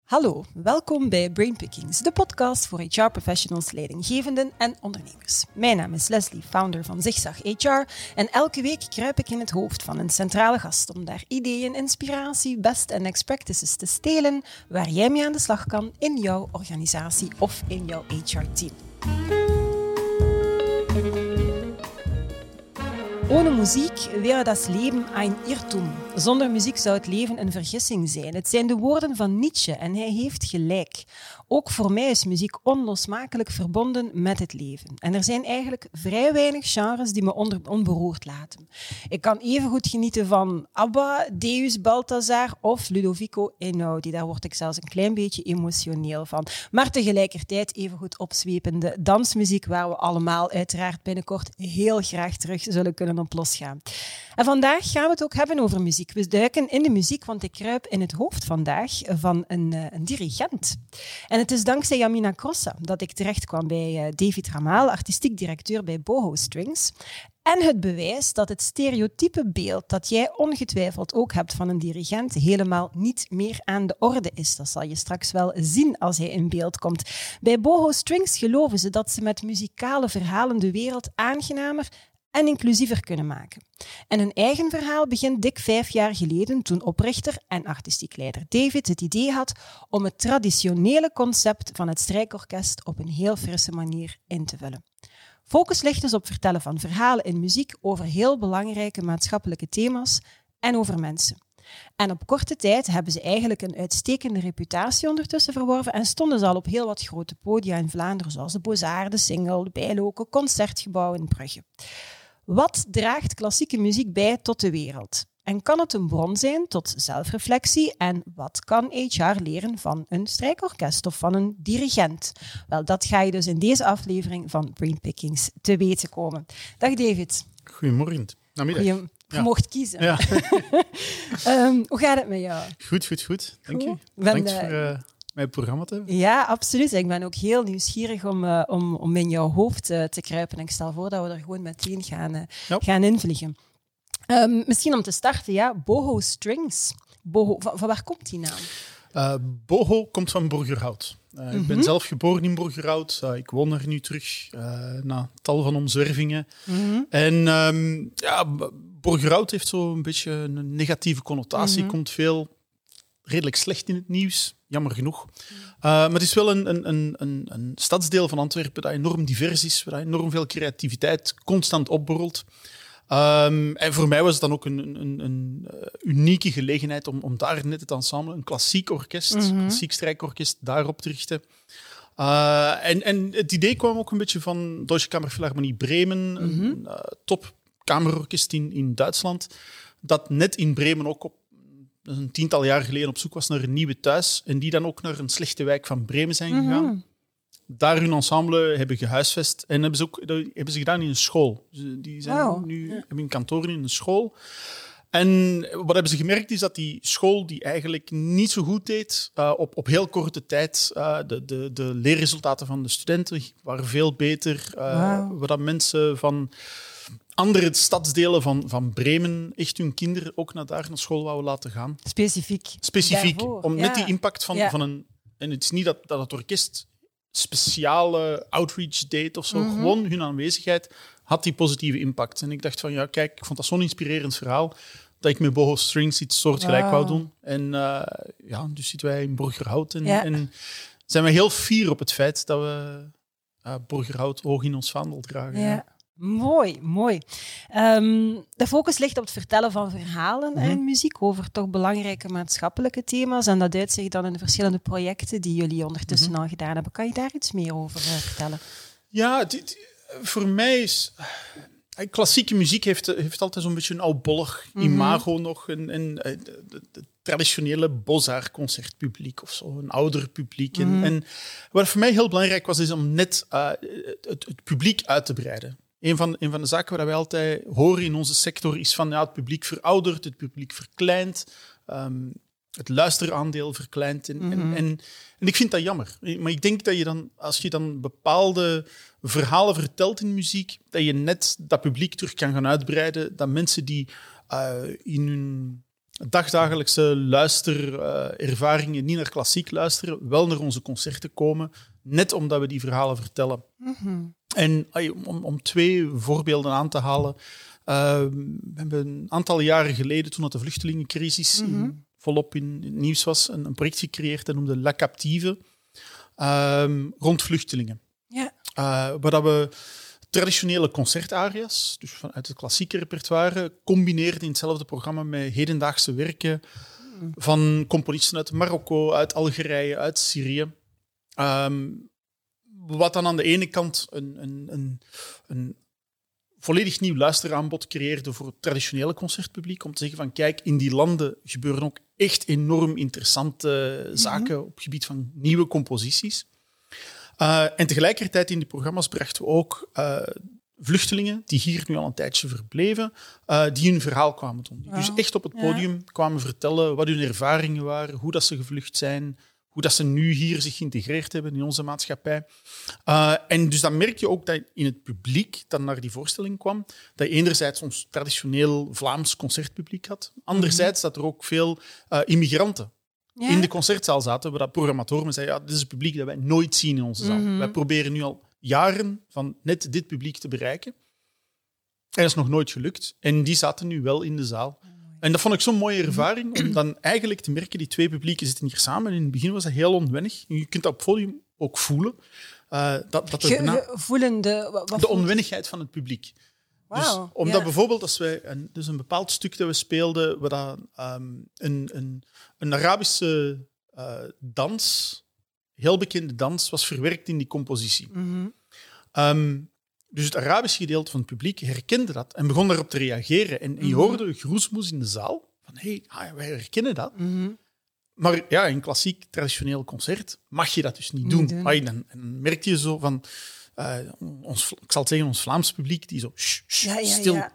Hallo, welkom bij Brainpickings, de podcast voor HR-professionals, leidinggevenden en ondernemers. Mijn naam is Leslie, founder van Zigzag HR en elke week kruip ik in het hoofd van een centrale gast om daar ideeën, inspiratie, best en next practices te stelen waar jij mee aan de slag kan in jouw organisatie of in jouw HR-team. Ohne Musik wäre das Leben ein Irrtum. Zonder muziek zou het leven een vergissing zijn. Het zijn de woorden van Nietzsche en hij heeft gelijk. Ook voor mij is muziek onlosmakelijk verbonden met het leven. En er zijn eigenlijk vrij weinig genres die me onberoerd laten. Ik kan evengoed genieten van ABBA, Deus Balthazar of Ludovico Einaudi. Daar word ik zelfs een klein beetje emotioneel van. Maar tegelijkertijd evengoed opzwepende dansmuziek waar we allemaal uiteraard binnenkort heel graag terug zullen kunnen op losgaan. En vandaag gaan we het ook hebben over muziek. We duiken in de muziek, want ik kruip in het hoofd vandaag van een dirigent. En het is dankzij Yamina Crossa dat ik terecht kwam bij David Ramaal, artistiek directeur bij Boho Strings. En het bewijs dat het stereotype beeld dat jij ongetwijfeld ook hebt van een dirigent helemaal niet meer aan de orde is. Dat zal je straks wel zien als hij in beeld komt. Bij Boho Strings geloven ze dat ze met muzikale verhalen de wereld aangenamer en inclusiever kunnen maken. En hun eigen verhaal begint dik 5 jaar geleden toen oprichter en artistiek leider David het idee had om het traditionele concept van het strijkorkest op een heel frisse manier in te vullen. Focus ligt dus op vertellen van verhalen in muziek over heel belangrijke maatschappelijke thema's en over mensen. En op korte tijd hebben ze eigenlijk een uitstekende reputatie ondertussen verworven en stonden ze al op heel wat grote podia in Vlaanderen, zoals de Beaux-Arts, de Singel, de Bijloken, Concertgebouw in Brugge. Wat draagt klassieke muziek bij tot de wereld? En kan het een bron zijn tot zelfreflectie? En wat kan HR leren van een strijkorkest of van een dirigent? Wel, dat ga je dus in deze aflevering van Brainpickings te weten komen. Dag David. Goedemorgen. Namiddag. Je mocht kiezen. Ja. Hoe gaat het met jou? Goed. Dank je. Bedankt voor mijn programma te hebben. Ja, absoluut. Ik ben ook heel nieuwsgierig om in jouw hoofd te kruipen. En ik stel voor dat we er gewoon meteen gaan invliegen. Misschien om te starten, Boho Strings. Boho, van waar komt die naam? Boho komt van Borgerhout. Ik ben zelf geboren in Borgerhout. Ik woon er nu terug na tal van omzwervingen. En Borgerhout heeft zo een beetje een negatieve connotatie. Komt veel redelijk slecht in het nieuws, jammer genoeg. Maar het is wel een stadsdeel van Antwerpen dat enorm divers is, waar enorm veel creativiteit constant opborrelt. En voor mij was het dan ook een unieke gelegenheid om daar net het ensemble, een klassiek orkest, klassiek strijkorkest, daarop te richten. En het idee kwam ook een beetje van Deutsche Kammerphilharmonie Bremen, een top kamerorkest in Duitsland, dat net in Bremen ook op een 10-tal jaar geleden op zoek was naar een nieuwe thuis en die dan ook naar een slechte wijk van Bremen zijn gegaan. Daar hun ensemble hebben gehuisvest en hebben ze gedaan in een school. Die zijn hebben een kantoor in een school. En wat hebben ze gemerkt is dat die school, die eigenlijk niet zo goed deed, op heel korte tijd, de leerresultaten van de studenten waren veel beter. Wat mensen van andere stadsdelen van Bremen echt hun kinderen ook naar school wouden laten gaan. Specifiek. Daarvoor, om net die impact van een... En het is niet dat het orkest speciale outreach deed of zo. Gewoon hun aanwezigheid had die positieve impact. En ik dacht van, kijk, ik vond dat zo'n inspirerend verhaal dat ik met Boho Strings iets soortgelijk wou doen. En dus zitten wij in Borgerhout. En zijn we heel fier op het feit dat we Borgerhout hoog in ons vaandel dragen. Ja. Mooi. De focus ligt op het vertellen van verhalen en muziek over toch belangrijke maatschappelijke thema's. En dat uit zich dan in de verschillende projecten die jullie ondertussen al gedaan hebben. Kan je daar iets meer over vertellen? Ja, voor mij is... Klassieke muziek heeft altijd zo'n beetje een oudbollig imago nog. En traditionele Beaux-Arts concertpubliek of zo, een ouder publiek. En wat voor mij heel belangrijk was, is om net het publiek uit te breiden. Een van de zaken waar wij altijd horen in onze sector is van het publiek veroudert, het publiek verkleint, het luisteraandeel verkleint. En ik vind dat jammer. Maar ik denk dat je dan, als je dan bepaalde verhalen vertelt in muziek, dat je net dat publiek terug kan gaan uitbreiden, dat mensen die in hun dagdagelijkse luisterervaringen, niet naar klassiek luisteren, wel naar onze concerten komen, net omdat we die verhalen vertellen. En om 2 voorbeelden aan te halen. We hebben een aantal jaren geleden, toen de vluchtelingencrisis volop in het nieuws was, een project gecreëerd dat noemde La Captive, rond vluchtelingen. Ja. Waar dat we traditionele concertaria's, dus vanuit het klassieke repertoire, combineerden in hetzelfde programma met hedendaagse werken van componisten uit Marokko, uit Algerije, uit Syrië. Wat dan aan de ene kant een volledig nieuw luisteraanbod creëerde voor het traditionele concertpubliek, om te zeggen van kijk, in die landen gebeuren ook echt enorm interessante zaken op het gebied van nieuwe composities. En tegelijkertijd in die programma's brachten we ook vluchtelingen, die hier nu al een tijdje verbleven, die hun verhaal kwamen doen. Die dus echt op het podium kwamen vertellen wat hun ervaringen waren, hoe dat ze gevlucht zijn, hoe dat ze nu hier zich geïntegreerd hebben in onze maatschappij. En dus dan merk je ook dat in het publiek dat naar die voorstelling kwam, dat je enerzijds ons traditioneel Vlaams concertpubliek had, anderzijds dat er ook veel immigranten in de concertzaal zaten, waar dat programmatoren zeiden, ja, dit is een publiek dat wij nooit zien in onze zaal. Wij proberen nu al jaren van net dit publiek te bereiken. En dat is nog nooit gelukt. En die zaten nu wel in de zaal. En dat vond ik zo'n mooie ervaring, om dan eigenlijk te merken, die 2 publieken zitten hier samen. En in het begin was dat heel onwennig. Je kunt dat op het podium ook voelen. Voelen de onwennigheid van het publiek. Wow, dus omdat bijvoorbeeld als wij een bepaald stuk dat we speelden, waar dat, een Arabische dans, heel bekende dans, was verwerkt in die compositie. Dus het Arabische gedeelte van het publiek herkende dat en begon daarop te reageren. En je hoorde geroesmoes in de zaal van wij herkennen dat. Maar ja, in een klassiek traditioneel concert mag je dat dus niet doen. Dan merkte je zo van... ik zal het zeggen, ons Vlaams publiek, die zo stil. Ja.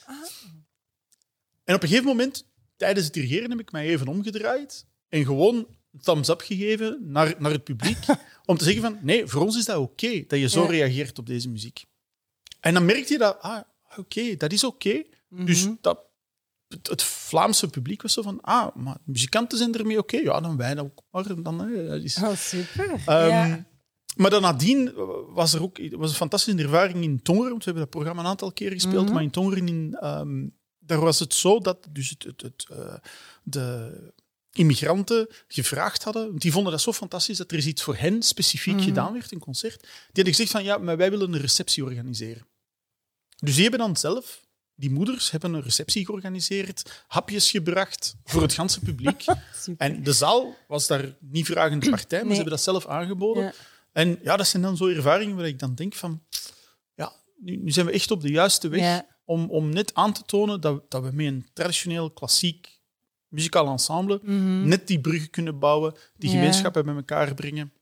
En op een gegeven moment, tijdens het dirigeren, heb ik mij even omgedraaid en gewoon thumbs up gegeven naar het publiek, om te zeggen van, nee, voor ons is dat oké, dat je zo reageert op deze muziek. En dan merkte je dat, oké, dat is oké. Dus het Vlaamse publiek was zo van, maar muzikanten zijn ermee oké. Ja, dan wij ook. Maar dan, dat is... super. Maar dan nadien was er ook een fantastische ervaring in Tongeren, want we hebben dat programma een aantal keer gespeeld, maar in Tongeren, daar was het zo dat dus de immigranten gevraagd hadden, want die vonden dat zo fantastisch dat er is iets voor hen specifiek gedaan werd, een concert. Die hadden gezegd van, ja, maar wij willen een receptie organiseren. Dus die hebben dan zelf, die moeders hebben een receptie georganiseerd, hapjes gebracht voor het ganse publiek. En de zaal was daar niet vragende partij, maar ze hebben dat zelf aangeboden. Ja. En ja, dat zijn dan zo ervaringen waar ik dan denk van, ja, nu zijn we echt op de juiste weg om net aan te tonen dat we met een traditioneel, klassiek, muzikaal ensemble net die bruggen kunnen bouwen, die gemeenschappen bij elkaar brengen.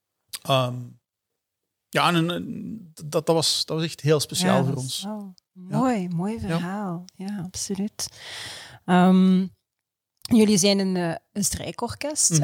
Dat was echt heel speciaal voor ons. Mooi verhaal. Ja, absoluut. Jullie zijn een strijkorkest.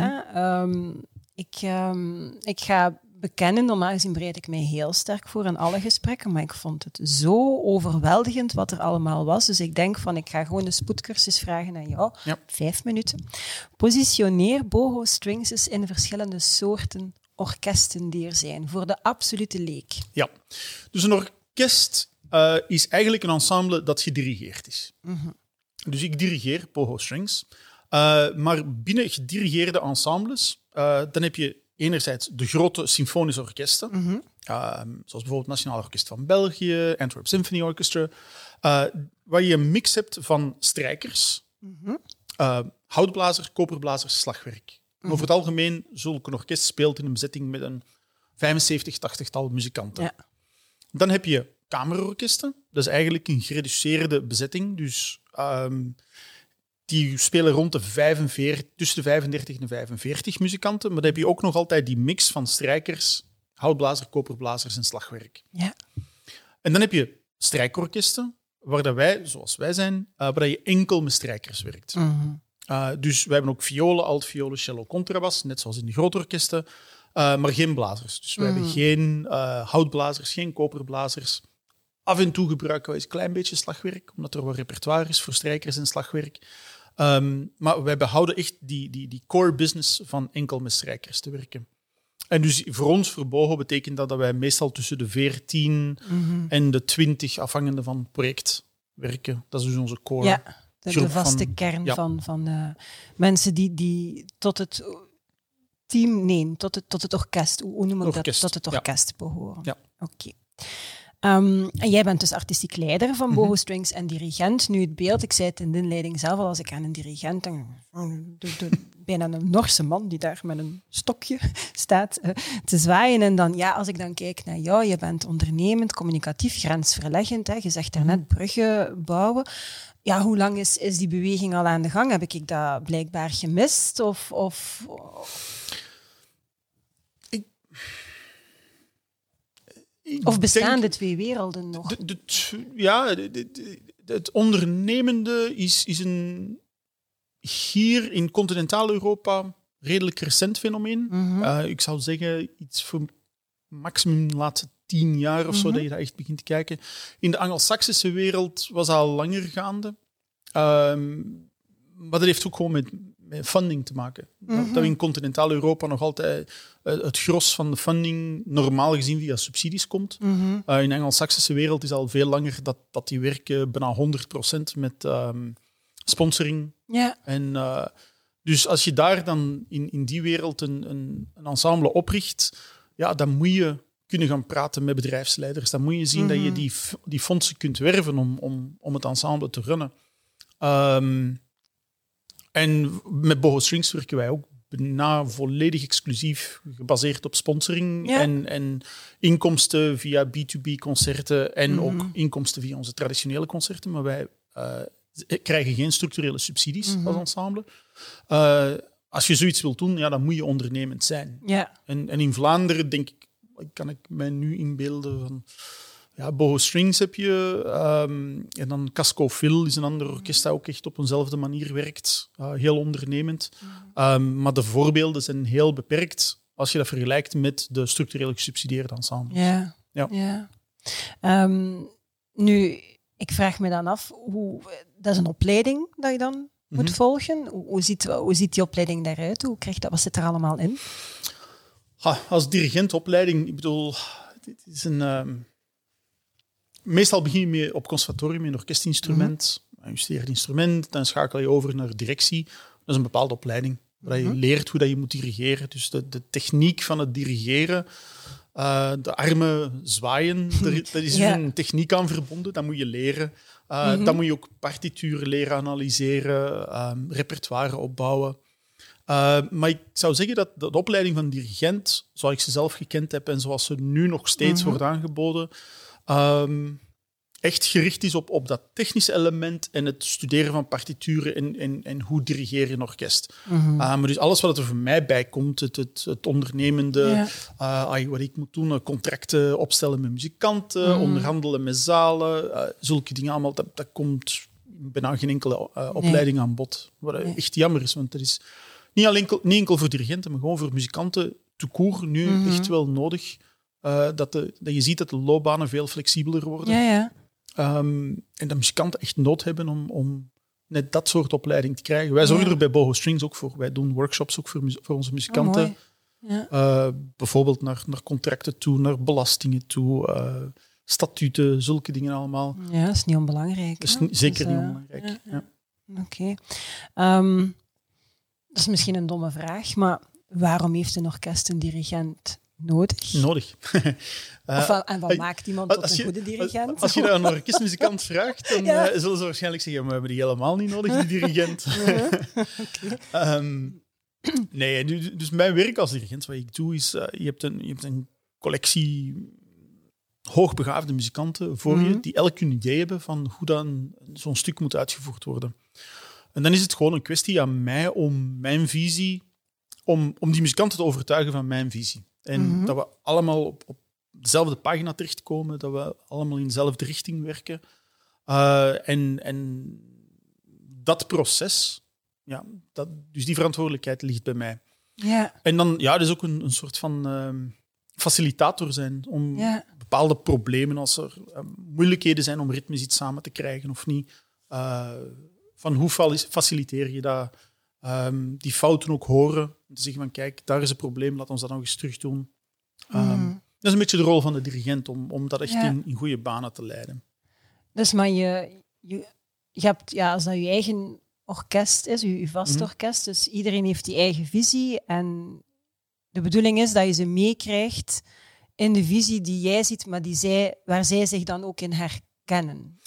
Ik ga bekennen, normaal gezien bereid ik mij heel sterk voor in alle gesprekken, maar ik vond het zo overweldigend wat er allemaal was. Dus ik denk van, ik ga gewoon een spoedcursus vragen aan jou. 5 minuten. Positioneer Boho Strings in verschillende soorten orkesten die er zijn, voor de absolute leek. Ja, dus een orkest is eigenlijk een ensemble dat gedirigeerd is. Dus ik dirigeer Boho Strings. Maar binnen gedirigeerde ensembles, dan heb je enerzijds de grote symfonische orkesten, zoals bijvoorbeeld het Nationaal Orkest van België, Antwerp Symphony Orchestra, waar je een mix hebt van strijkers, houtblazers, koperblazers, slagwerk. Over het algemeen, zulk een orkest speelt in een bezetting met een 75, 80-tal muzikanten. Ja. Dan heb je kamerorkesten. Dat is eigenlijk een gereduceerde bezetting. Dus die spelen rond de 45, tussen de 35 en de 45 muzikanten. Maar dan heb je ook nog altijd die mix van strijkers, houtblazers, koperblazers en slagwerk. Ja. En dan heb je strijkorkesten, waar dat wij, zoals wij zijn, waar dat je enkel met strijkers werkt. Dus wij hebben ook violen, altviolen, cello, contrabas, net zoals in de grote orkesten, maar geen blazers. Dus wij hebben geen houtblazers, geen koperblazers. Af en toe gebruiken we eens een klein beetje slagwerk, omdat er wat repertoire is voor strijkers en slagwerk. Maar wij behouden echt die core business van enkel met strijkers te werken. En dus voor ons, voor Boho, betekent dat wij meestal tussen de 14 en de 20, afhangende van het project, werken. Dat is dus onze core. Ja, de vaste kern van mensen die tot het team, nee, tot het orkest, hoe noem ik dat? Tot het orkest behoren. Ja. Oké. En jij bent dus artistiek leider van Boho Strings en dirigent. Nu het beeld, ik zei het in de inleiding zelf al, als ik aan een dirigent denk, bijna een Norse man die daar met een stokje staat te zwaaien. En dan, als ik dan kijk naar jou, je bent ondernemend, communicatief, grensverleggend. Hè. Je zegt daarnet bruggen bouwen. Ja, hoe lang is die beweging al aan de gang? Heb ik dat blijkbaar gemist? Of bestaan de twee werelden nog? Het ondernemende is hier in continentaal Europa redelijk recent fenomeen. Ik zou zeggen, iets voor maximum de laatste 10 jaar of zo, dat je dat echt begint te kijken. In de Anglo-Saxische wereld was dat al langer gaande. Maar dat heeft ook gewoon met funding te maken. Dat we in continentaal Europa nog altijd het gros van de funding normaal gezien via subsidies komt. In de Anglo-Saxische wereld is al veel langer dat die werken bijna 100% met sponsoring. Ja. En dus als je daar dan in die wereld een ensemble opricht, dan moet je kunnen gaan praten met bedrijfsleiders. Dan moet je zien dat je die fondsen kunt werven om het ensemble te runnen. En met Boho Strings werken wij ook bijna volledig exclusief gebaseerd op sponsoring en inkomsten via B2B-concerten en ook inkomsten via onze traditionele concerten. Maar wij krijgen geen structurele subsidies als ensemble. Als je zoiets wilt doen, dan moet je ondernemend zijn. Ja. En in Vlaanderen, denk ik, kan ik mij nu inbeelden van... Boho Strings heb je. En dan Casco Phil is een ander orkest dat ook echt op eenzelfde manier werkt. Heel ondernemend. Maar de voorbeelden zijn heel beperkt als je dat vergelijkt met de structureel gesubsidieerde ensembles. Ja. Nu, ik vraag me dan af, dat is een opleiding dat je dan moet volgen. Hoe ziet die opleiding daaruit? Wat zit er allemaal in? Als dirigentopleiding, ik bedoel, het is een... Meestal begin je mee op conservatorium met een orkestinstrument. Je studeert het instrument, dan schakel je over naar directie. Dat is een bepaalde opleiding, waar je leert hoe dat je moet dirigeren. Dus de techniek van het dirigeren, de armen zwaaien, daar is een techniek aan verbonden. Dat moet je leren. Dan moet je ook partituren leren analyseren, repertoire opbouwen. Maar ik zou zeggen dat de opleiding van dirigent, zoals ik ze zelf gekend heb en zoals ze nu nog steeds wordt aangeboden, echt gericht is op dat technische element en het studeren van partituren en hoe dirigeer je een orkest. Maar dus alles wat er voor mij bij komt, het ondernemende, wat ik moet doen, contracten opstellen met muzikanten, onderhandelen met zalen, zulke dingen allemaal, dat komt bijna geen enkele opleiding aan bod. Wat echt jammer is, want er is niet enkel voor dirigenten, maar gewoon voor muzikanten tout court nu echt wel nodig. Dat je ziet dat de loopbanen veel flexibeler worden. En dat muzikanten echt nood hebben om net dat soort opleiding te krijgen. Wij zorgen er bij Boho Strings ook voor. Wij doen workshops ook voor onze muzikanten. Bijvoorbeeld naar contracten toe, naar belastingen toe, statuten, zulke dingen allemaal. Ja, dat is niet onbelangrijk. Dat is zeker niet onbelangrijk. Oké. Dat is misschien een domme vraag, maar waarom heeft een orkest een dirigent nodig? En wat maakt iemand tot een goede dirigent? Als je dat aan een orkestmuzikant vraagt, dan zullen ze waarschijnlijk zeggen, we hebben die helemaal niet nodig, die dirigent. Nee, dus mijn werk als dirigent, wat ik doe, is je hebt een collectie hoogbegaafde muzikanten voor je, die elk een idee hebben van hoe dan zo'n stuk moet uitgevoerd worden. En dan is het gewoon een kwestie aan mij om mijn visie, om die muzikanten te overtuigen van mijn visie. En dat we allemaal op dezelfde pagina terechtkomen, dat we allemaal in dezelfde richting werken. En dat proces, dus die verantwoordelijkheid ligt bij mij. Ja. En dan, dus ook een soort van facilitator zijn om bepaalde problemen, als er moeilijkheden zijn om ritmes iets samen te krijgen of niet, van hoe faciliteer je dat? Die fouten ook horen. Te zeggen van, kijk, daar is een probleem, laat ons dat nog eens terug doen. Dat is een beetje de rol van de dirigent, om dat echt in goede banen te leiden. Dus maar je hebt, als dat je eigen orkest is, je vast orkest, dus iedereen heeft die eigen visie en de bedoeling is dat je ze meekrijgt in de visie die jij ziet, maar waar zij zich dan ook in herkennen.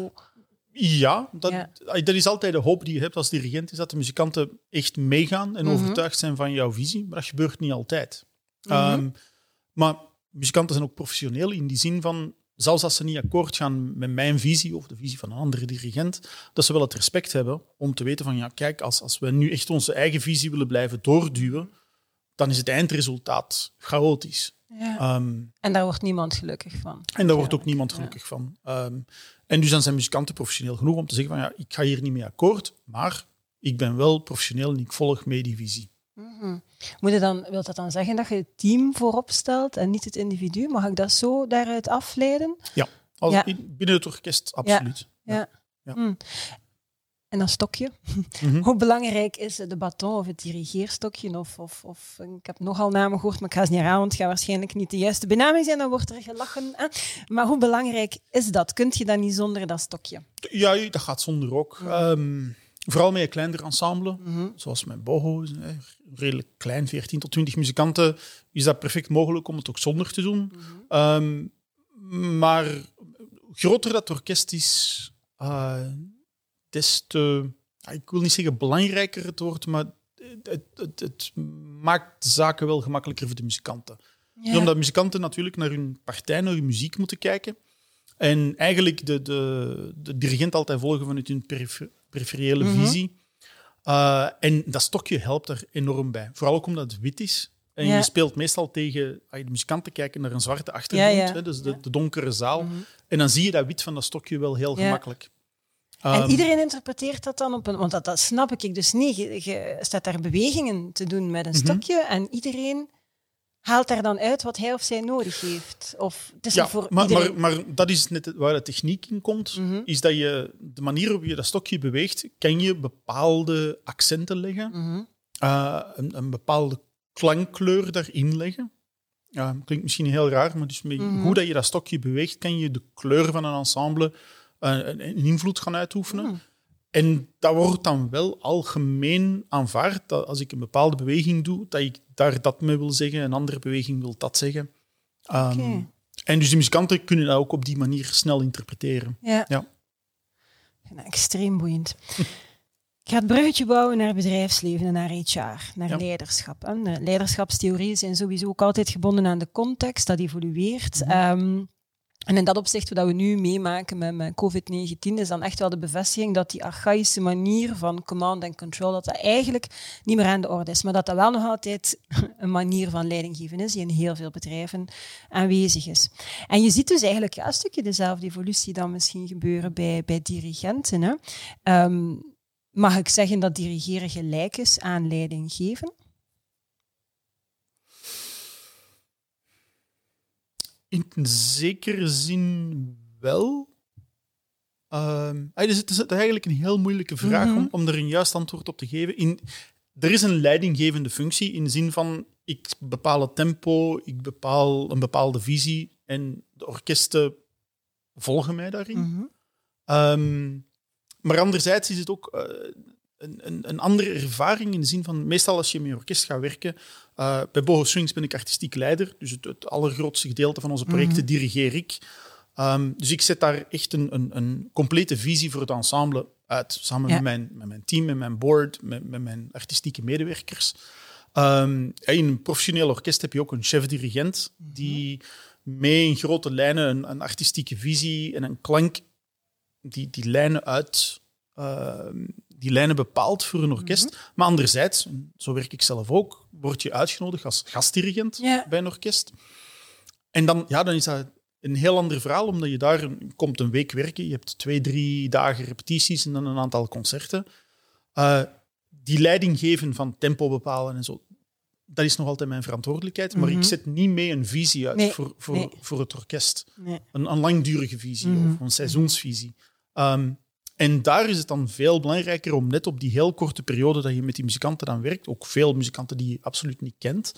Dat is altijd de hoop die je hebt als dirigent, is dat de muzikanten echt meegaan en overtuigd zijn van jouw visie, maar dat gebeurt niet altijd. Maar muzikanten zijn ook professioneel in die zin van, zelfs als ze niet akkoord gaan met mijn visie of de visie van een andere dirigent, dat ze wel het respect hebben om te weten van, kijk, als we nu echt onze eigen visie willen blijven doorduwen, dan is het eindresultaat chaotisch. Ja. En daar wordt niemand gelukkig van. En daar wordt ook niemand gelukkig van. En dus dan zijn muzikanten professioneel genoeg om te zeggen van, ik ga hier niet mee akkoord, maar ik ben wel professioneel en ik volg mee die visie. Wil dat dan zeggen dat je het team voorop stelt en niet het individu? Mag ik dat zo daaruit afleiden? Ja, binnen het orkest absoluut. Ja. En dat stokje? Hoe belangrijk is de baton of het dirigeerstokje? Of ik heb nogal namen gehoord, maar ik ga ze niet herhalen, want het gaat waarschijnlijk niet de juiste benaming zijn. Dan wordt er gelachen. Maar hoe belangrijk is dat? Kunt je dat niet zonder dat stokje? Ja, dat gaat zonder ook. Vooral met een kleiner ensemble, zoals mijn Boho, redelijk klein, 14 tot 20 muzikanten, is dat perfect mogelijk om het ook zonder te doen. Maar groter dat orkest is, des te, ik wil niet zeggen belangrijker het wordt, maar het maakt de zaken wel gemakkelijker voor de muzikanten. Ja. Dus omdat muzikanten natuurlijk naar hun partij, naar hun muziek moeten kijken. En eigenlijk de dirigent altijd volgen vanuit hun periferiële visie. En dat stokje helpt er enorm bij. Vooral ook omdat het wit is. En je speelt meestal tegen... De muzikanten kijken naar een zwarte achtergrond, hè, dus de donkere zaal. En dan zie je dat wit van dat stokje wel heel gemakkelijk. En iedereen interpreteert dat dan op een... Want dat snap ik dus niet. Je staat daar bewegingen te doen met een stokje en iedereen haalt daar dan uit wat hij of zij nodig heeft. Of het is niet voor iedereen. Maar dat is net waar de techniek in komt. Is dat je de manier waarop je dat stokje beweegt, kan je bepaalde accenten leggen. Een bepaalde klankkleur daarin leggen. Klinkt misschien heel raar, maar dus met hoe dat je dat stokje beweegt, kan je de kleur van een ensemble een invloed gaan uitoefenen. En dat wordt dan wel algemeen aanvaard, dat als ik een bepaalde beweging doe, dat ik daar dat mee wil zeggen, een andere beweging wil dat zeggen. En dus de muzikanten kunnen dat ook op die manier snel interpreteren. Ja. Ik vind dat extreem boeiend. Ik ga het bruggetje bouwen naar bedrijfsleven en naar HR, naar leiderschap. De leiderschapstheorieën zijn sowieso ook altijd gebonden aan de context, dat evolueert. En in dat opzicht, wat we nu meemaken met COVID-19, is dan echt wel de bevestiging dat die archaïsche manier van command and control, dat eigenlijk niet meer aan de orde is. Maar dat wel nog altijd een manier van leidinggeven is die in heel veel bedrijven aanwezig is. En je ziet dus eigenlijk een stukje dezelfde evolutie dan misschien gebeuren bij dirigenten. Hè? Mag ik zeggen dat dirigeren gelijk is aan leiding geven? In zekere zin wel. Dus het is eigenlijk een heel moeilijke vraag om er een juist antwoord op te geven. Er is een leidinggevende functie in de zin van ik bepaal het tempo, ik bepaal een bepaalde visie en de orkesten volgen mij daarin. Maar anderzijds is het ook een andere ervaring in de zin van meestal als je met een orkest gaat werken. Bij Boho Swings ben ik artistiek leider, dus het allergrootste gedeelte van onze projecten dirigeer ik. Dus ik zet daar echt een complete visie voor het ensemble uit, samen met mijn team, met mijn board, met mijn artistieke medewerkers. In een professioneel orkest heb je ook een chef-dirigent die mee in grote lijnen een artistieke visie en een klank die lijnen uit... die lijnen bepaalt voor een orkest. Maar anderzijds, zo werk ik zelf ook, word je uitgenodigd als gastdirigent bij een orkest. En dan is dat een heel ander verhaal, omdat je daar komt een week werken. Je hebt 2-3 dagen repetities en dan een aantal concerten. Die leiding geven van tempo bepalen en zo, dat is nog altijd mijn verantwoordelijkheid. Maar ik zet niet mee een visie uit voor het orkest. Nee. Een langdurige visie of een seizoensvisie. En daar is het dan veel belangrijker om net op die heel korte periode dat je met die muzikanten dan werkt, ook veel muzikanten die je absoluut niet kent,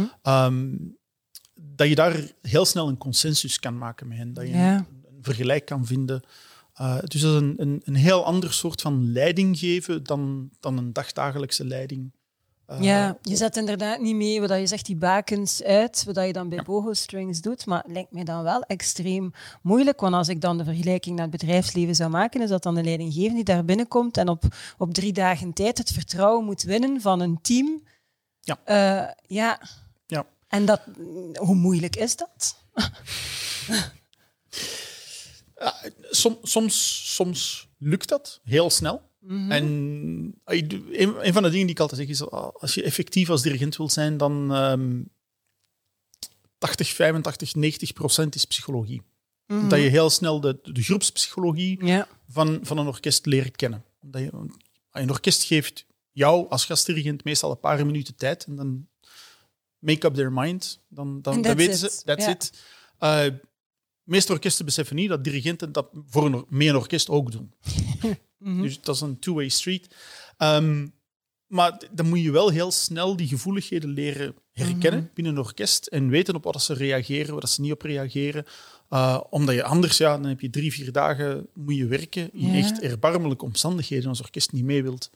dat je daar heel snel een consensus kan maken met hen. Dat je een vergelijk kan vinden. Dus dat is een heel ander soort van leiding geven dan een dagdagelijkse leiding. Je zet inderdaad niet mee wat je zegt, die bakens uit, wat je dan bij boho strings doet, maar het lijkt mij dan wel extreem moeilijk, want als ik dan de vergelijking naar het bedrijfsleven zou maken, is dat dan de leidinggevende die daar binnenkomt en op 3 dagen tijd het vertrouwen moet winnen van een team. Ja. En hoe moeilijk is dat? Soms lukt dat heel snel. En een van de dingen die ik altijd zeg is, als je effectief als dirigent wil zijn, dan 80, 85, 90% is psychologie. Dat je heel snel de groepspsychologie van een orkest leert kennen. Dat een orkest geeft jou als gastdirigent meestal een paar minuten tijd en dan make up their mind. Dan weten ze, that's it. De meeste orkesten beseffen niet dat dirigenten dat met een orkest ook doen. Dus dat is een two-way street. Maar dan moet je wel heel snel die gevoeligheden leren herkennen binnen een orkest en weten op wat ze reageren, wat ze niet op reageren. Omdat je anders, dan heb je 3-4 dagen moet je werken in echt erbarmelijke omstandigheden als orkest niet mee wilt.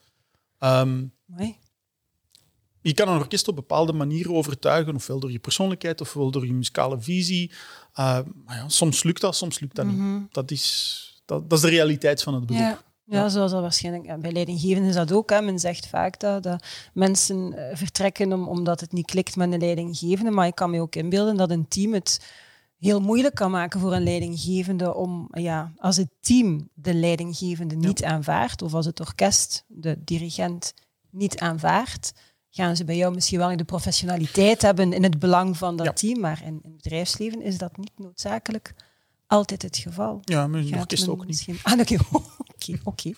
Je kan een orkest op bepaalde manieren overtuigen, ofwel door je persoonlijkheid, ofwel door je muzikale visie. Maar soms lukt dat, soms lukt dat niet. Dat is de realiteit van het beroep. Ja, zoals dat waarschijnlijk bij leidinggevenden is dat ook. Hè. Men zegt vaak dat mensen vertrekken omdat het niet klikt met een leidinggevende. Maar ik kan me ook inbeelden dat een team het heel moeilijk kan maken voor een leidinggevende om, als het team de leidinggevende niet aanvaardt, of als het orkest de dirigent niet aanvaardt, gaan ze bij jou misschien wel de professionaliteit hebben in het belang van dat team. Maar in het bedrijfsleven is dat niet noodzakelijk altijd het geval. Ja, maar een orkest ook niet. Oké.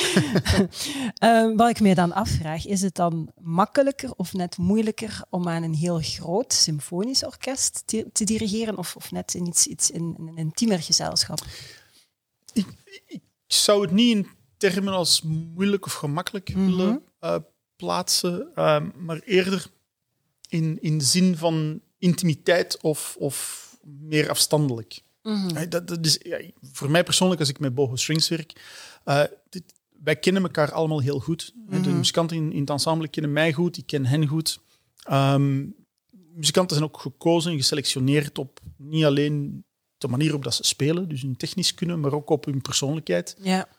Wat ik mij dan afvraag, is het dan makkelijker of net moeilijker om aan een heel groot symfonisch orkest te dirigeren of net in een intiemer gezelschap? Ik zou het niet in termen als moeilijk of gemakkelijk willen plaatsen, maar eerder in de zin van intimiteit of meer afstandelijk. Dat is, voor mij persoonlijk, als ik met boho strings werk, wij kennen elkaar allemaal heel goed. De muzikanten in het ensemble kennen mij goed, ik ken hen goed. Muzikanten zijn ook gekozen en geselectioneerd op niet alleen de manier waarop dat ze spelen, dus hun technisch kunnen, maar ook op hun persoonlijkheid.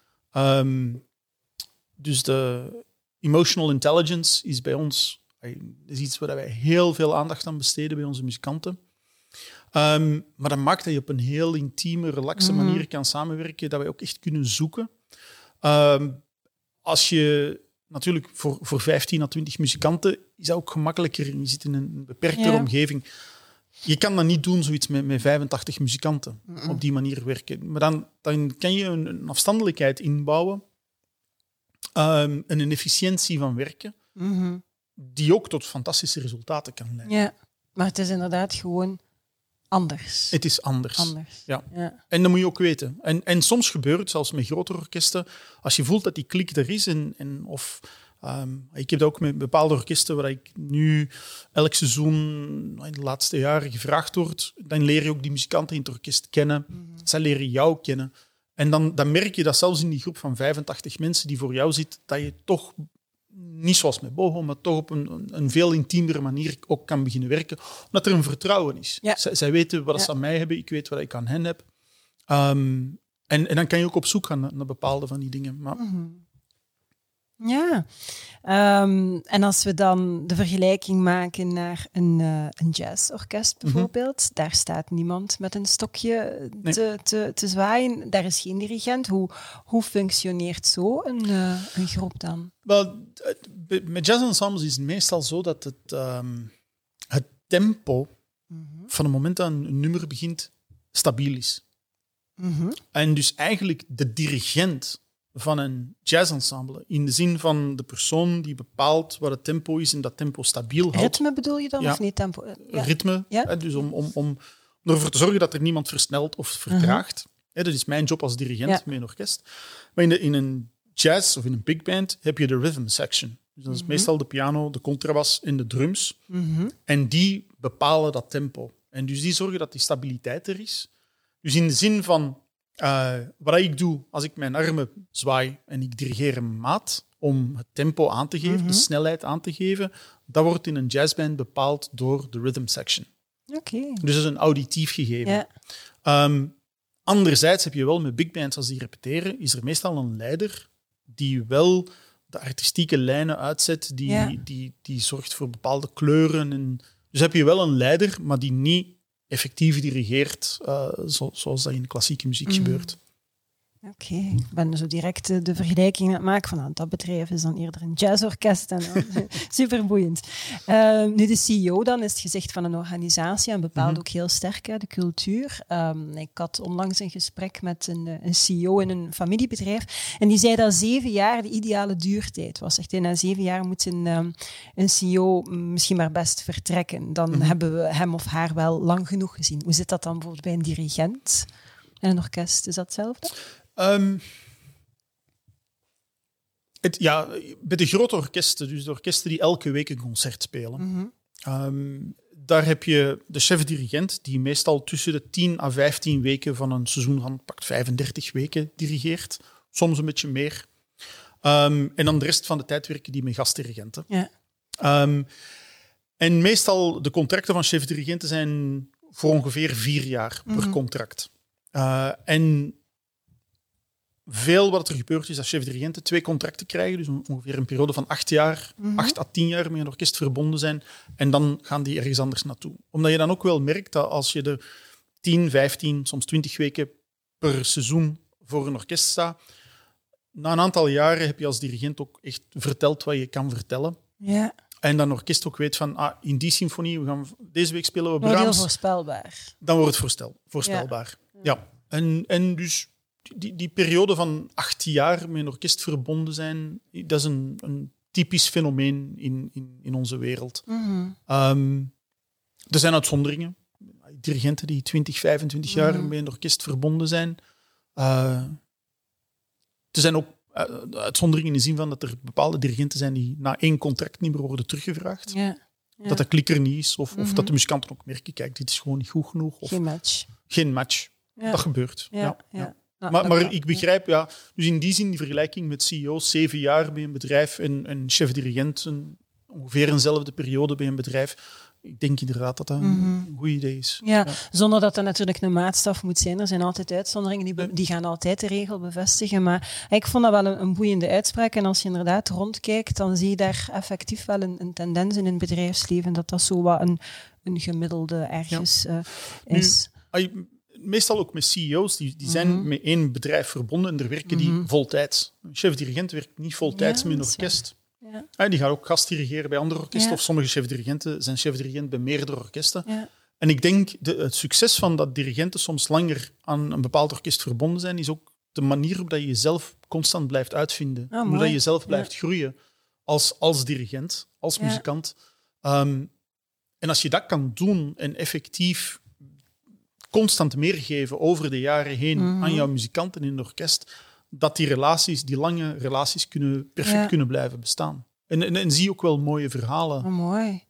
Dus de emotional intelligence is bij ons is iets waar wij heel veel aandacht aan besteden bij onze muzikanten. Maar dat maakt dat je op een heel intieme, relaxe manier kan samenwerken, dat wij ook echt kunnen zoeken. Als je natuurlijk voor 15 à 20 muzikanten is dat ook gemakkelijker. Je zit in een beperktere omgeving. Je kan dat niet doen, zoiets met 85 muzikanten, op die manier werken. Maar dan kan je een afstandelijkheid inbouwen en een efficiëntie van werken, die ook tot fantastische resultaten kan leiden. Ja, maar het is inderdaad gewoon anders. Het is anders. Ja. En dat moet je ook weten. En soms gebeurt het, zelfs met grotere orkesten, als je voelt dat die klik er is. Ik heb dat ook met bepaalde orkesten waar ik nu elk seizoen in de laatste jaren gevraagd word. Dan leer je ook die muzikanten in het orkest kennen. Zij leren jou kennen. En dan merk je dat zelfs in die groep van 85 mensen die voor jou zit, dat je toch niet zoals met boho, maar toch op een veel intiemere manier ook kan beginnen werken. Omdat er een vertrouwen is. Ja. Zij weten wat ze aan mij hebben, ik weet wat ik aan hen heb. En dan kan je ook op zoek gaan naar bepaalde van die dingen. Maar... Ja. En als we dan de vergelijking maken naar een jazzorkest bijvoorbeeld, daar staat niemand met een stokje te zwaaien. Daar is geen dirigent. Hoe functioneert zo een groep dan? Wel, met jazzensembles is het meestal zo dat het tempo van het moment dat een nummer begint stabiel is. En dus eigenlijk de dirigent van een jazzensemble, in de zin van de persoon die bepaalt wat het tempo is en dat tempo stabiel houdt. Ritme bedoel je dan, of niet tempo? Ritme, dus om ervoor te zorgen dat er niemand versnelt of vertraagt. Dat is mijn job als dirigent met een orkest. Maar in een jazz of in een big band heb je de rhythm section. Dus dat is meestal de piano, de contrabas en de drums. En die bepalen dat tempo. En dus die zorgen dat die stabiliteit er is. Dus in de zin van wat ik doe als ik mijn armen zwaai en ik dirigeer een maat om het tempo aan te geven, de snelheid aan te geven, dat wordt in een jazzband bepaald door de rhythm section. Okay. Dus dat is een auditief gegeven. Ja. Anderzijds heb je wel met big bands, als die repeteren, is er meestal een leider die wel de artistieke lijnen uitzet, die zorgt voor bepaalde kleuren. En dus heb je wel een leider, maar die niet effectief dirigeert, zoals dat in klassieke muziek gebeurt. Oké, ik ben zo direct de vergelijking aan het maken van dat bedrijf is dan eerder een jazzorkest. Superboeiend. Nu de CEO dan is het gezicht van een organisatie en bepaalt ook heel sterk de cultuur. Ik had onlangs een gesprek met een CEO in een familiebedrijf en die zei dat 7 jaar de ideale duurtijd was. Echt, na 7 jaar moet een CEO misschien maar best vertrekken. Dan hebben we hem of haar wel lang genoeg gezien. Hoe zit dat dan bijvoorbeeld bij een dirigent en een orkest? Is dat hetzelfde? Bij de grote orkesten, dus de orkesten die elke week een concert spelen, daar heb je de chef-dirigent die meestal tussen de 10 à 15 weken van een seizoen van pakt 35 weken dirigeert. Soms een beetje meer. En dan de rest van de tijd werken die met gastdirigenten. Ja. En meestal de contracten van chef-dirigenten zijn voor ongeveer 4 jaar per contract. En veel wat er gebeurt is dat chef-dirigenten 2 contracten krijgen, dus ongeveer een periode van 8 jaar, 8 à 10 jaar met een orkest verbonden zijn. En dan gaan die ergens anders naartoe. Omdat je dan ook wel merkt dat als je er 10, 15, soms 20 weken per seizoen voor een orkest staat, na een aantal jaren heb je als dirigent ook echt verteld wat je kan vertellen. Ja. En dan een orkest ook weet van, in die symfonie, deze week spelen we Brahms. Wordt heel voorspelbaar. Dan wordt het voorspelbaar. Ja. En dus die periode van 8 jaar met een orkest verbonden zijn, dat is een typisch fenomeen in onze wereld. Er zijn uitzonderingen. Dirigenten die 20, 25 jaar met een orkest verbonden zijn. Er zijn ook uitzonderingen in de zin van dat er bepaalde dirigenten zijn die na 1 contract niet meer worden teruggevraagd. Ja. Ja. Dat de klikker niet is, of dat de muzikanten ook merken, kijk, dit is gewoon niet goed genoeg. Of geen match. Ja. Dat gebeurt. Ja. Maar ik begrijp, dus in die zin, die vergelijking met CEO's, 7 jaar bij een bedrijf en chef-dirigent ongeveer eenzelfde periode bij een bedrijf. Ik denk inderdaad dat dat een goed idee is. Ja, zonder dat er natuurlijk een maatstaf moet zijn. Er zijn altijd uitzonderingen, die gaan altijd de regel bevestigen. Maar ik vond dat wel een boeiende uitspraak. En als je inderdaad rondkijkt, dan zie je daar effectief wel een tendens in het bedrijfsleven, dat zo wat een gemiddelde ergens is. Meestal ook met CEO's, die zijn met 1 bedrijf verbonden en daar werken die voltijds. Een chef-dirigent werkt niet voltijds met een orkest. Ja. Die gaat ook gastdirigeren bij andere orkesten, of sommige chef-dirigenten zijn chef-dirigent bij meerdere orkesten. Ja. En ik denk, het succes van dat dirigenten soms langer aan een bepaald orkest verbonden zijn, is ook de manier waarop je jezelf constant blijft uitvinden. Hoe dat je jezelf blijft groeien als dirigent, als muzikant. En als je dat kan doen en effectief constant meer geven over de jaren heen aan jouw muzikanten in het orkest, dat die lange relaties perfect kunnen blijven bestaan. En zie ook wel mooie verhalen. Mooi.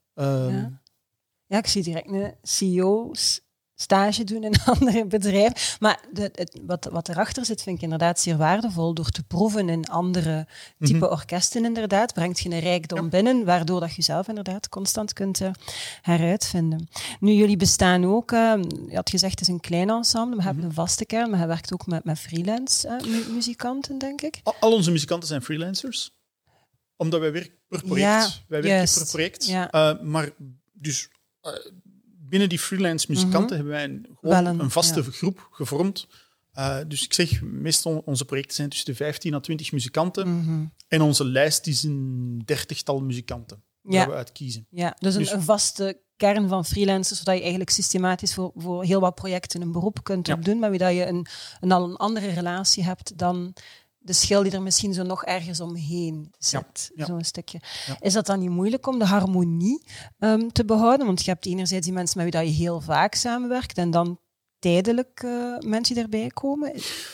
Ja, ik zie direct een CEO stage doen in een ander bedrijf. Maar wat erachter zit, vind ik inderdaad zeer waardevol. Door te proeven in andere type orkesten, inderdaad, brengt je een rijkdom binnen, waardoor dat je zelf inderdaad constant kunt heruitvinden. Nu, jullie bestaan ook, je had gezegd, het is een klein ensemble, we hebben een vaste kern, maar je werkt ook met freelance muzikanten, denk ik. Al onze muzikanten zijn freelancers, omdat wij werken per project. Wij werken per project. Ja. Maar dus binnen die freelance muzikanten hebben wij een vaste groep gevormd. Dus ik zeg, meestal onze projecten zijn tussen de 15 à 20 muzikanten. En onze lijst is een 30-tal muzikanten waar we uit kiezen. Ja, dus een vaste kern van freelancers, zodat je eigenlijk systematisch voor heel wat projecten een beroep kunt opdoen, maar wie dat je al een andere relatie hebt dan de schil die er misschien zo nog ergens omheen zit, zo'n stukje. Ja. Is dat dan niet moeilijk om de harmonie te behouden? Want je hebt enerzijds die mensen met wie dat je heel vaak samenwerkt en dan tijdelijk mensen erbij komen?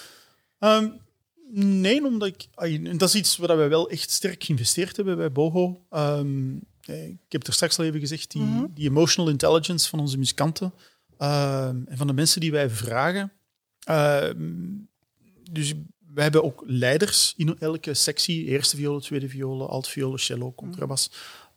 Nee, omdat dat is iets waar we wel echt sterk geïnvesteerd hebben bij Boho. Ik heb het er straks al even gezegd, die emotional intelligence van onze muzikanten en van de mensen die wij vragen. Dus wij hebben ook leiders in elke sectie. Eerste violen, tweede violen, altviolen, cello, contrabas.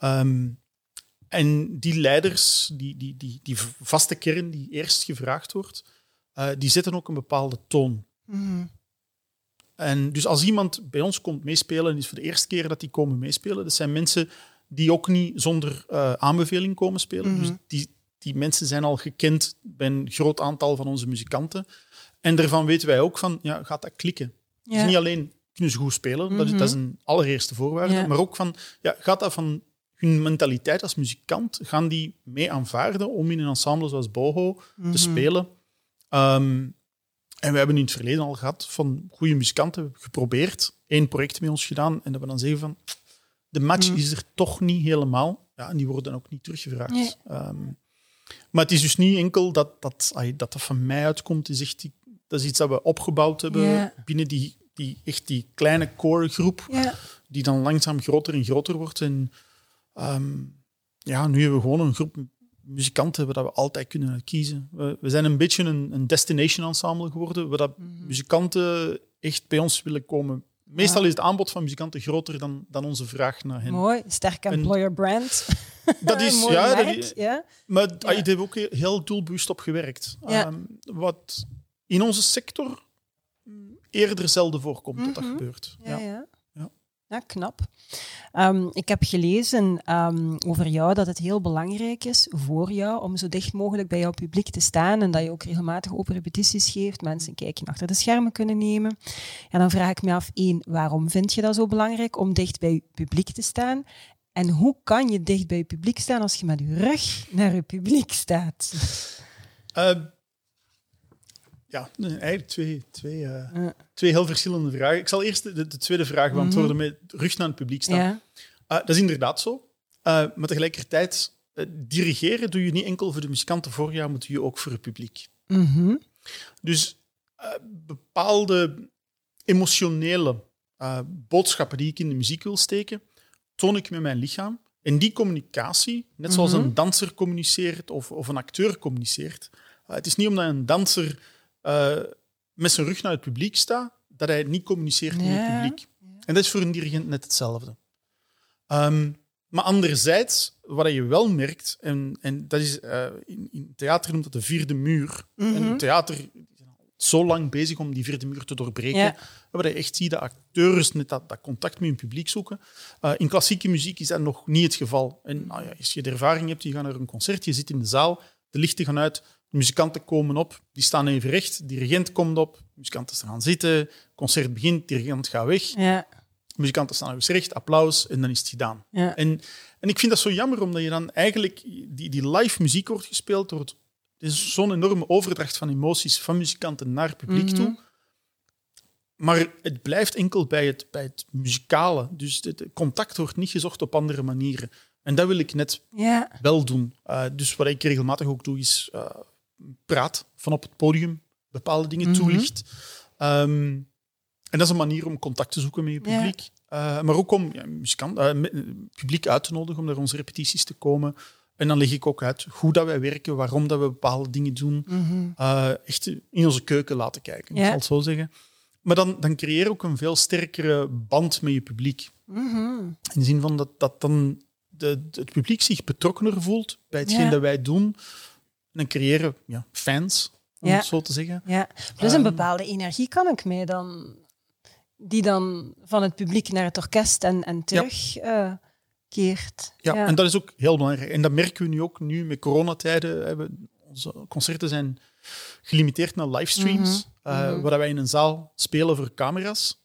En die leiders, die vaste kern die eerst gevraagd wordt, die zetten ook een bepaalde toon. En dus als iemand bij ons komt meespelen, en is voor de eerste keer dat die komen meespelen, dat zijn mensen die ook niet zonder aanbeveling komen spelen. Dus die mensen zijn al gekend bij een groot aantal van onze muzikanten. En daarvan weten wij ook van, gaat dat klikken? Ja. Dus niet alleen kunnen ze goed spelen, dat is een allereerste voorwaarde, maar ook van, gaat dat van hun mentaliteit als muzikant, gaan die mee aanvaarden om in een ensemble zoals Boho te spelen? En we hebben in het verleden al gehad van goede muzikanten geprobeerd, 1 project met ons gedaan, en dat we dan zeggen van, de match is er toch niet helemaal. Ja, en die worden dan ook niet teruggevraagd. Nee. Maar het is dus niet enkel dat van mij uitkomt. Dat is iets dat we opgebouwd hebben binnen die kleine core groep, die dan langzaam groter en groter wordt. En nu hebben we gewoon een groep muzikanten waar we altijd kunnen kiezen. We zijn een beetje een destination ensemble geworden, waar dat muzikanten echt bij ons willen komen. Meestal is het aanbod van muzikanten groter dan onze vraag naar hen. Mooi, sterk employer brand. Dat is, maar daar hebben we ook heel doelbewust op gewerkt. Wat in onze sector eerder zelden voorkomt dat gebeurt. Ja, knap. Ik heb gelezen over jou dat het heel belangrijk is voor jou om zo dicht mogelijk bij jouw publiek te staan en dat je ook regelmatig open repetities geeft, mensen een kijkje achter de schermen kunnen nemen. En dan vraag ik me af, 1, waarom vind je dat zo belangrijk om dicht bij je publiek te staan? En hoe kan je dicht bij je publiek staan als je met je rug naar je publiek staat? Eigenlijk twee heel verschillende vragen. Ik zal eerst de tweede vraag beantwoorden met rug naar het publiek staan. Dat is inderdaad zo. Maar tegelijkertijd, dirigeren doe je niet enkel voor de muzikanten voor jou, maar doe je ook voor het publiek. Dus bepaalde emotionele boodschappen die ik in de muziek wil steken, toon ik met mijn lichaam. En die communicatie, net zoals een danser communiceert of een acteur communiceert, het is niet omdat een danser met zijn rug naar het publiek staat, dat hij niet communiceert met het publiek. En dat is voor een dirigent net hetzelfde. Maar anderzijds, wat je wel merkt, en dat is in theater noemt dat de vierde muur. En theater is zo lang bezig om die vierde muur te doorbreken. Waar je echt ziet dat acteurs net dat contact met hun publiek zoeken. In klassieke muziek is dat nog niet het geval. En als je de ervaring hebt, je gaat naar een concert, je zit in de zaal, de lichten gaan uit, de muzikanten komen op, die staan even recht, de dirigent komt op, de muzikanten gaan zitten, het concert begint, de dirigent gaat weg. De muzikanten staan nog eens recht, applaus, en dan is het gedaan. En ik vind dat zo jammer, omdat je dan eigenlijk die live muziek wordt gespeeld, het is zo'n enorme overdracht van emoties van muzikanten naar het publiek toe. Maar het blijft enkel bij het muzikale. Dus het contact wordt niet gezocht op andere manieren. En dat wil ik net wel doen. Dus wat ik regelmatig ook doe, is praat van op het podium, bepaalde dingen toelicht. En dat is een manier om contact te zoeken met je publiek. Maar ook om het publiek uit te nodigen om naar onze repetities te komen. En dan leg ik ook uit hoe dat wij werken, waarom dat we bepaalde dingen doen. Echt in onze keuken laten kijken, ik zal het zo zeggen. Maar dan creëer je ook een veel sterkere band met je publiek. In de zin van dat dan het publiek zich betrokkener voelt bij hetgeen dat wij doen. En dan creëren fans, om het zo te zeggen. Plus een bepaalde energie kan ik mee dan, die dan van het publiek naar het orkest en terug keert. En dat is ook heel belangrijk. En dat merken we nu ook met coronatijden. Onze concerten zijn gelimiteerd naar livestreams, waar wij in een zaal spelen voor camera's.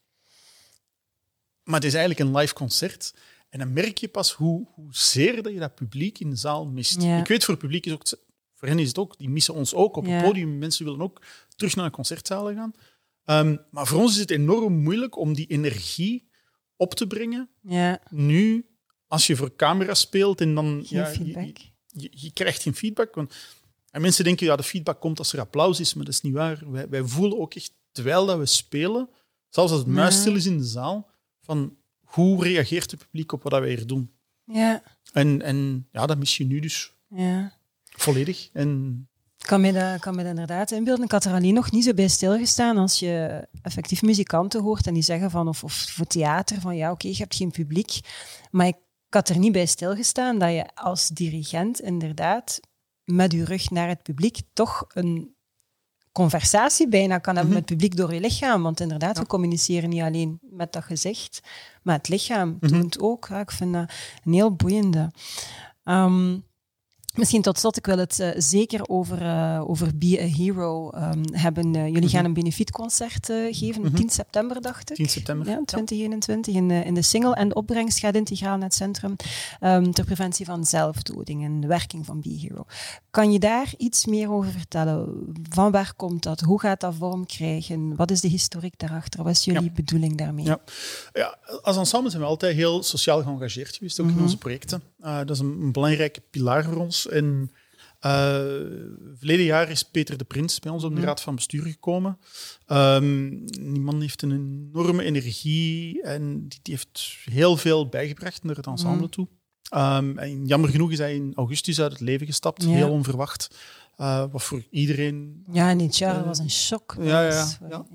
Maar het is eigenlijk een live concert. En dan merk je pas hoezeer dat je dat publiek in de zaal mist. Ik weet, voor het publiek is ook, voor hen is het ook, die missen ons ook op het podium. Mensen willen ook terug naar de concertzalen gaan. Maar voor ons is het enorm moeilijk om die energie op te brengen. Nu, als je voor camera speelt en dan... Geen feedback. Je krijgt geen feedback, want En mensen denken, ja, de feedback komt als er applaus is, maar dat is niet waar. Wij voelen ook echt, terwijl dat we spelen, zelfs als het muisstil is in de zaal, van hoe reageert het publiek op wat wij hier doen. Ja. En dat mis je nu dus volledig. En Ik kan me dat inderdaad inbeelden. Ik had er alleen nog niet zo bij stilgestaan als je effectief muzikanten hoort en die zeggen van, of voor theater, van ja, oké, je hebt geen publiek. Maar ik had er niet bij stilgestaan dat je als dirigent inderdaad met je rug naar het publiek toch een conversatie bijna kan hebben met het publiek door je lichaam. Want inderdaad, we communiceren niet alleen met dat gezicht, maar het lichaam doet het ook. Ja, ik vind dat een heel boeiende. Misschien tot slot, ik wil het zeker over Be a Hero hebben. Jullie gaan een benefietconcert geven op 10 september, dacht ik. 10 september. Ja, 2021 in de Singel. En de opbrengst gaat integraal naar het Centrum ter Preventie van Zelfdoding en de werking van Be a Hero. Kan je daar iets meer over vertellen? Van waar komt dat? Hoe gaat dat vorm krijgen? Wat is de historiek daarachter? Wat is jullie bedoeling daarmee? Ja, als ensemble zijn we altijd heel sociaal geëngageerd geweest, ook in onze projecten. Dat is een belangrijke pilaar voor ons. En verleden jaar is Peter de Prins bij ons op de raad van bestuur gekomen. Die man heeft een enorme energie en die heeft heel veel bijgebracht naar het ensemble toe. En jammer genoeg is hij in augustus uit het leven gestapt, heel onverwacht. Wat voor iedereen... Ja, in dit jaar was een shock. Ja.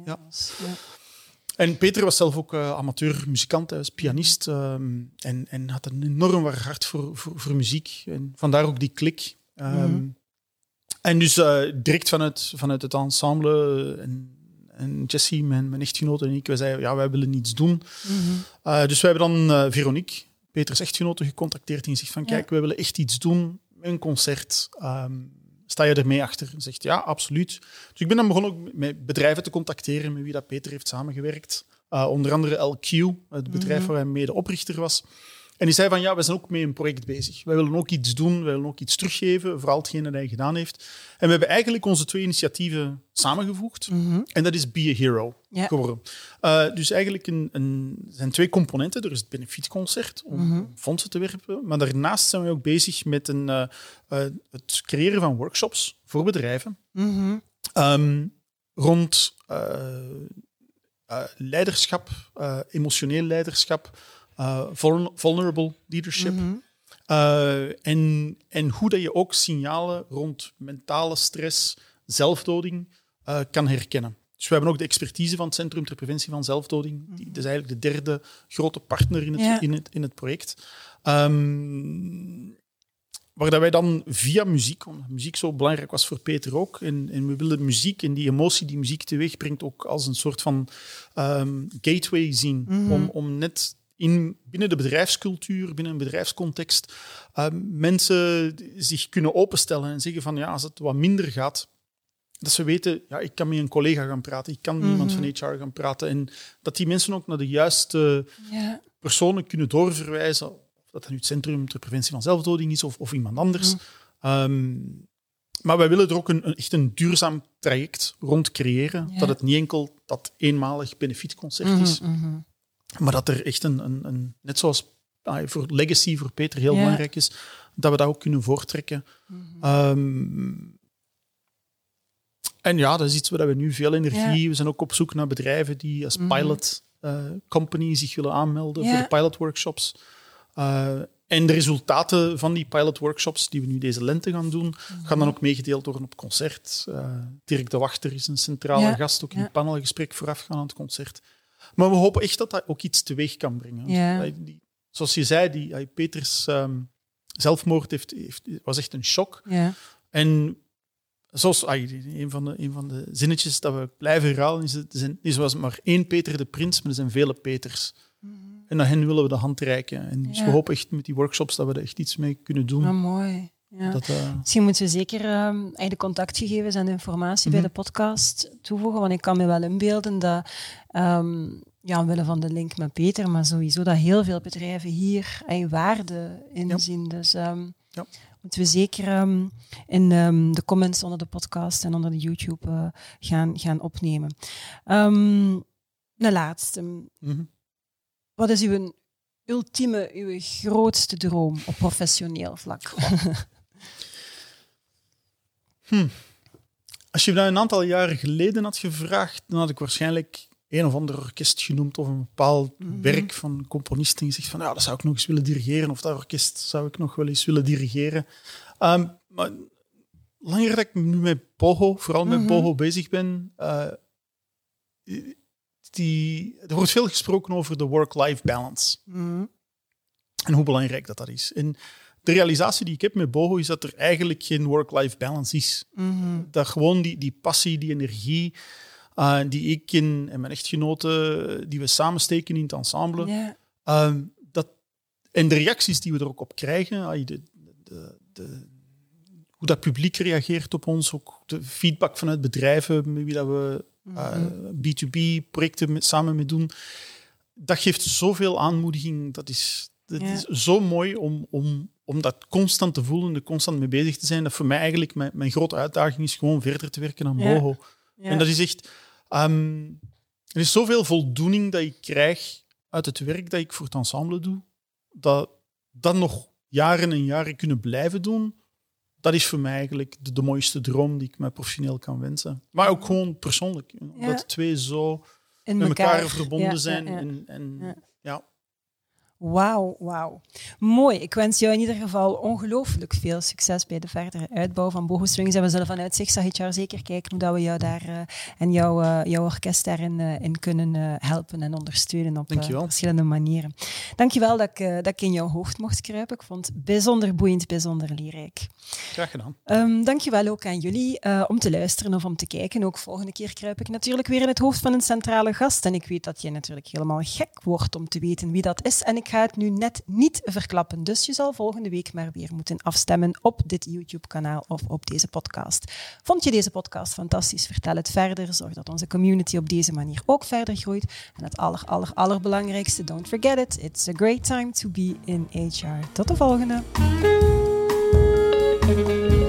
En Peter was zelf ook amateur-muzikant, hij was pianist en had een enorm warm hart voor muziek. En vandaar ook die klik. En dus direct vanuit het ensemble en Jessie, mijn echtgenote en ik, wij zeiden, ja, wij willen iets doen. Dus wij hebben dan Veronique, Peters echtgenote, gecontacteerd en gezegd van, kijk, wij willen echt iets doen, een concert. Sta je ermee achter? En zegt ja, absoluut. Dus ik ben dan begonnen ook met bedrijven te contacteren met wie dat Peter heeft samengewerkt. Onder andere LQ, het bedrijf waar hij medeoprichter was. En die zei van ja, we zijn ook met een project bezig. Wij willen ook iets doen, wij willen ook iets teruggeven, vooral hetgene dat hij gedaan heeft. En we hebben eigenlijk onze twee initiatieven samengevoegd. En dat is Be a Hero geworden. Dus eigenlijk zijn twee componenten. Er is het benefietconcert om fondsen te werpen. Maar daarnaast zijn we ook bezig met het creëren van workshops voor bedrijven. Rond leiderschap, emotioneel leiderschap, vulnerable leadership. En hoe dat je ook signalen rond mentale stress, zelfdoding kan herkennen. Dus we hebben ook de expertise van het Centrum ter Preventie van Zelfdoding. Dat is eigenlijk de derde grote partner in het project. Waar dat wij dan via muziek, omdat muziek zo belangrijk was voor Peter ook, en we wilden muziek en die emotie die muziek teweeg brengt ook als een soort van gateway zien. Om net binnen de bedrijfscultuur, binnen een bedrijfscontext, mensen zich kunnen openstellen en zeggen van ja, als het wat minder gaat, dat ze weten, ja, ik kan met een collega gaan praten, ik kan met iemand van HR gaan praten. En dat die mensen ook naar de juiste personen kunnen doorverwijzen. Of dat nu het Centrum ter Preventie van Zelfdoding is of iemand anders. Maar wij willen er ook echt een duurzaam traject rond creëren. Dat het niet enkel dat eenmalig benefietconcert is. Maar dat er echt net zoals voor legacy, voor Peter heel belangrijk is, dat we dat ook kunnen voortrekken. En ja, dat is iets waar we nu veel energie... We zijn ook op zoek naar bedrijven die als pilot company zich willen aanmelden voor de pilot workshops. En de resultaten van die pilot workshops die we nu deze lente gaan doen, gaan dan ook meegedeeld worden op concert. Dirk de Wachter is een centrale gast, ook in een panelgesprek voorafgaan aan het concert. Maar we hopen echt dat dat ook iets teweeg kan brengen. Zoals je zei, Peters zelfmoord was echt een shock. En zoals een van de zinnetjes dat we blijven herhalen, is was maar één Peter de Prins, maar er zijn vele Peters. En aan hen willen we de hand reiken. En dus we hopen echt met die workshops dat we er echt iets mee kunnen doen. Ah, mooi. Ja. Misschien moeten we zeker de contactgegevens en informatie bij de podcast toevoegen, want ik kan me wel inbeelden dat, omwille van de link met Peter, maar sowieso dat heel veel bedrijven hier waarde inzien. Dus moeten we zeker in de comments onder de podcast en onder de YouTube gaan opnemen. Een laatste. Wat is uw grootste droom op professioneel vlak? Als je me dat een aantal jaren geleden had gevraagd, dan had ik waarschijnlijk een of ander orkest genoemd of een bepaald werk van componisten en gezegd van ja, dat zou ik nog eens willen dirigeren of dat orkest zou ik nog wel eens willen dirigeren. Maar langer dat ik nu met boho, vooral met boho bezig ben, er wordt veel gesproken over de work-life balance. En hoe belangrijk dat is. En de realisatie die ik heb met boho is dat er eigenlijk geen work-life balance is. Dat gewoon die passie, die energie die ik en mijn echtgenote, die we samensteken in het ensemble, en de reacties die we er ook op krijgen, hoe dat publiek reageert op ons, ook de feedback vanuit bedrijven met wie dat we B2B-projecten samen mee doen, dat geeft zoveel aanmoediging. Dat is zo mooi om dat constant te voelen, er constant mee bezig te zijn. Dat voor mij eigenlijk mijn grote uitdaging is gewoon verder te werken aan boho. Ja. En dat is echt... er is zoveel voldoening dat ik krijg uit het werk dat ik voor het ensemble doe, dat nog jaren en jaren kunnen blijven doen. Dat is voor mij eigenlijk de mooiste droom die ik mij professioneel kan wensen. Maar ook gewoon persoonlijk. Dat de twee zo met elkaar verbonden zijn. Wauw. Mooi. Ik wens jou in ieder geval ongelooflijk veel succes bij de verdere uitbouw van Boho Strings. En we zullen vanuit Zigzag zeker kijken hoe dat we jou daar en jouw orkest daarin kunnen helpen en ondersteunen op verschillende manieren. Dankjewel dat ik in jouw hoofd mocht kruipen. Ik vond het bijzonder boeiend, bijzonder leerrijk. Graag gedaan. Dankjewel ook aan jullie om te luisteren of om te kijken. Ook volgende keer kruip ik natuurlijk weer in het hoofd van een centrale gast. En ik weet dat je natuurlijk helemaal gek wordt om te weten wie dat is. En ik ga het nu net niet verklappen. Dus je zal volgende week maar weer moeten afstemmen op dit YouTube-kanaal of op deze podcast. Vond je deze podcast fantastisch? Vertel het verder. Zorg dat onze community op deze manier ook verder groeit. En het allerbelangrijkste, don't forget it. It's a great time to be in HR. Tot de volgende.